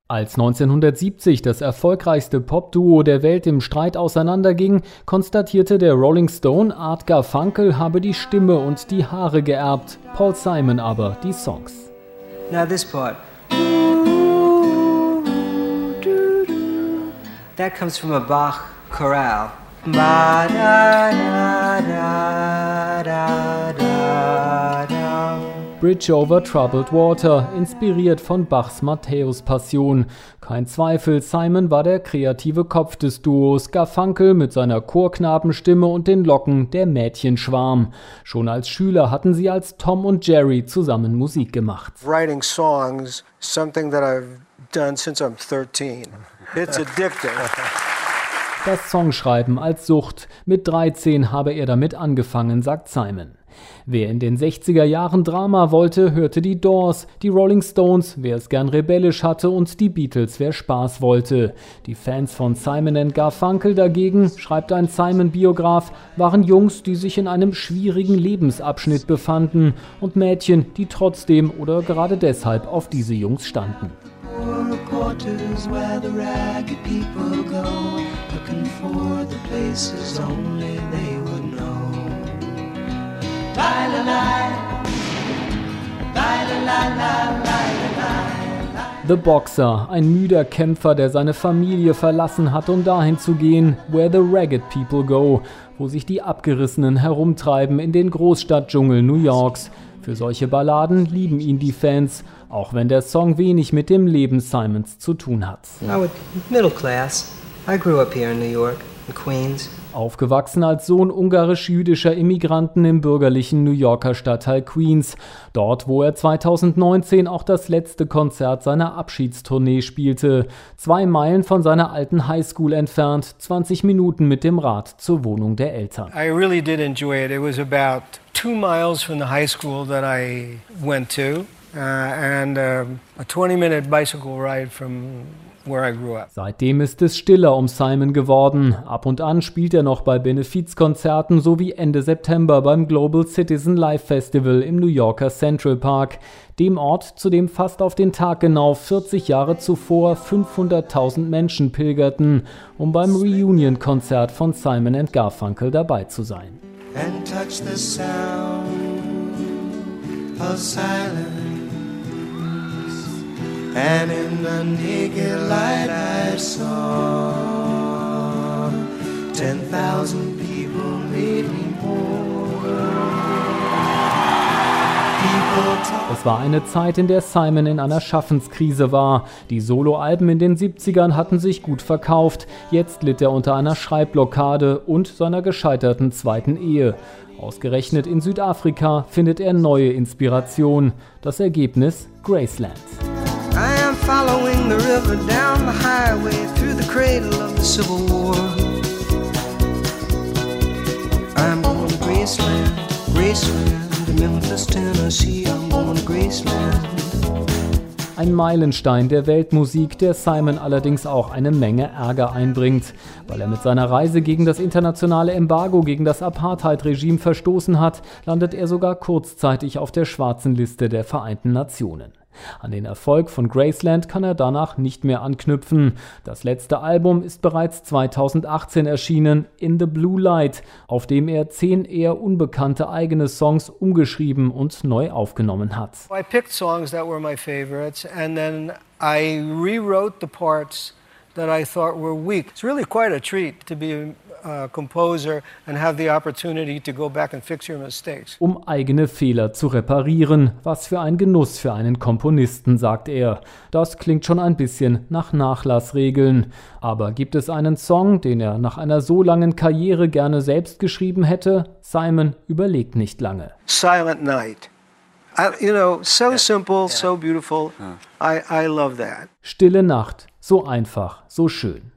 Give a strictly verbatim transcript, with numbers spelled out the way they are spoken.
Als neunzehnhundertsiebzig das erfolgreichste Popduo der Welt im Streit auseinanderging, konstatierte der Rolling Stone, Art Garfunkel habe die Stimme und die Haare geerbt, Paul Simon aber die Songs. Now this part. That comes from a Bach chorale. Ba da da da da da da. Bridge over Troubled Water, inspiriert von Bachs Matthäus-Passion. Kein Zweifel, Simon war der kreative Kopf des Duos, Garfunkel mit seiner Chorknabenstimme und den Locken der Mädchenschwarm. Schon als Schüler hatten sie als Tom und Jerry zusammen Musik gemacht. Writing songs, something that I've done since I'm thirteen. It's addicting. Das Songschreiben als Sucht. Mit dreizehn habe er damit angefangen, sagt Simon. Wer in den sechziger Jahren Drama wollte, hörte die Doors, die Rolling Stones, wer es gern rebellisch hatte, und die Beatles, wer Spaß wollte. Die Fans von Simon and Garfunkel dagegen, schreibt ein Simon-Biograf, waren Jungs, die sich in einem schwierigen Lebensabschnitt befanden und Mädchen, die trotzdem oder gerade deshalb auf diese Jungs standen. The Boxer, ein müder Kämpfer, der seine Familie verlassen hat, um dahin zu gehen, where the ragged people go, wo sich die Abgerissenen herumtreiben in den Großstadtdschungel New Yorks. Für solche Balladen lieben ihn die Fans, auch wenn der Song wenig mit dem Leben Simons zu tun hat. I was middle class. I grew up here in New York, in Queens. Aufgewachsen als Sohn ungarisch-jüdischer Immigranten im bürgerlichen New Yorker Stadtteil Queens. Dort, wo er zweitausendneunzehn auch das letzte Konzert seiner Abschiedstournee spielte. Zwei Meilen von seiner alten Highschool entfernt, zwanzig Minuten mit dem Rad zur Wohnung der Eltern. I really did enjoy it. It was about two miles from the high school that I went to, uh, and uh, a twenty minute bicycle ride from where I grew up. Seitdem ist es stiller um Simon geworden. Ab und an spielt er noch bei Benefizkonzerten sowie Ende September beim Global Citizen Live Festival im New Yorker Central Park, dem Ort, zu dem fast auf den Tag genau vierzig Jahre zuvor fünfhunderttausend Menschen pilgerten, um beim Reunion-Konzert von Simon and Garfunkel dabei zu sein. And touch the sound of silence. And in the naked light I saw ten thousand people, maybe more. Es war eine Zeit, in der Simon in einer Schaffenskrise war. Die Soloalben in den siebzigern hatten sich gut verkauft. Jetzt litt er unter einer Schreibblockade und seiner gescheiterten zweiten Ehe. Ausgerechnet in Südafrika findet er neue Inspiration. Das Ergebnis: Graceland. I am following the river down the highway through the cradle of the Civil War. I'm going to Graceland, Graceland, Memphis, Tennessee. I'm going to Graceland. Ein Meilenstein der Weltmusik, der Simon allerdings auch eine Menge Ärger einbringt. Weil er mit seiner Reise gegen das internationale Embargo gegen das Apartheid-Regime verstoßen hat, landet er sogar kurzzeitig auf der schwarzen Liste der Vereinten Nationen. An den Erfolg von Graceland kann er danach nicht mehr anknüpfen. Das letzte Album ist bereits zweitausendachtzehn erschienen, In the Blue Light, auf dem er zehn eher unbekannte eigene Songs umgeschrieben und neu aufgenommen hat. I picked songs that were my favorites and then I rewrote the parts that I thought were weak. It's really quite a treat to be a composer and have the opportunity to go back and fix your mistakes. Um eigene Fehler zu reparieren. Was für ein Genuss für einen Komponisten, sagt er. Das klingt schon ein bisschen nach Nachlassregeln. Aber gibt es einen Song, den er nach einer so langen Karriere gerne selbst geschrieben hätte? Simon überlegt nicht lange. Silent Night. I, you know, so yeah. simple, yeah. so beautiful. Yeah. I, I love that. Stille Nacht. So einfach, so schön.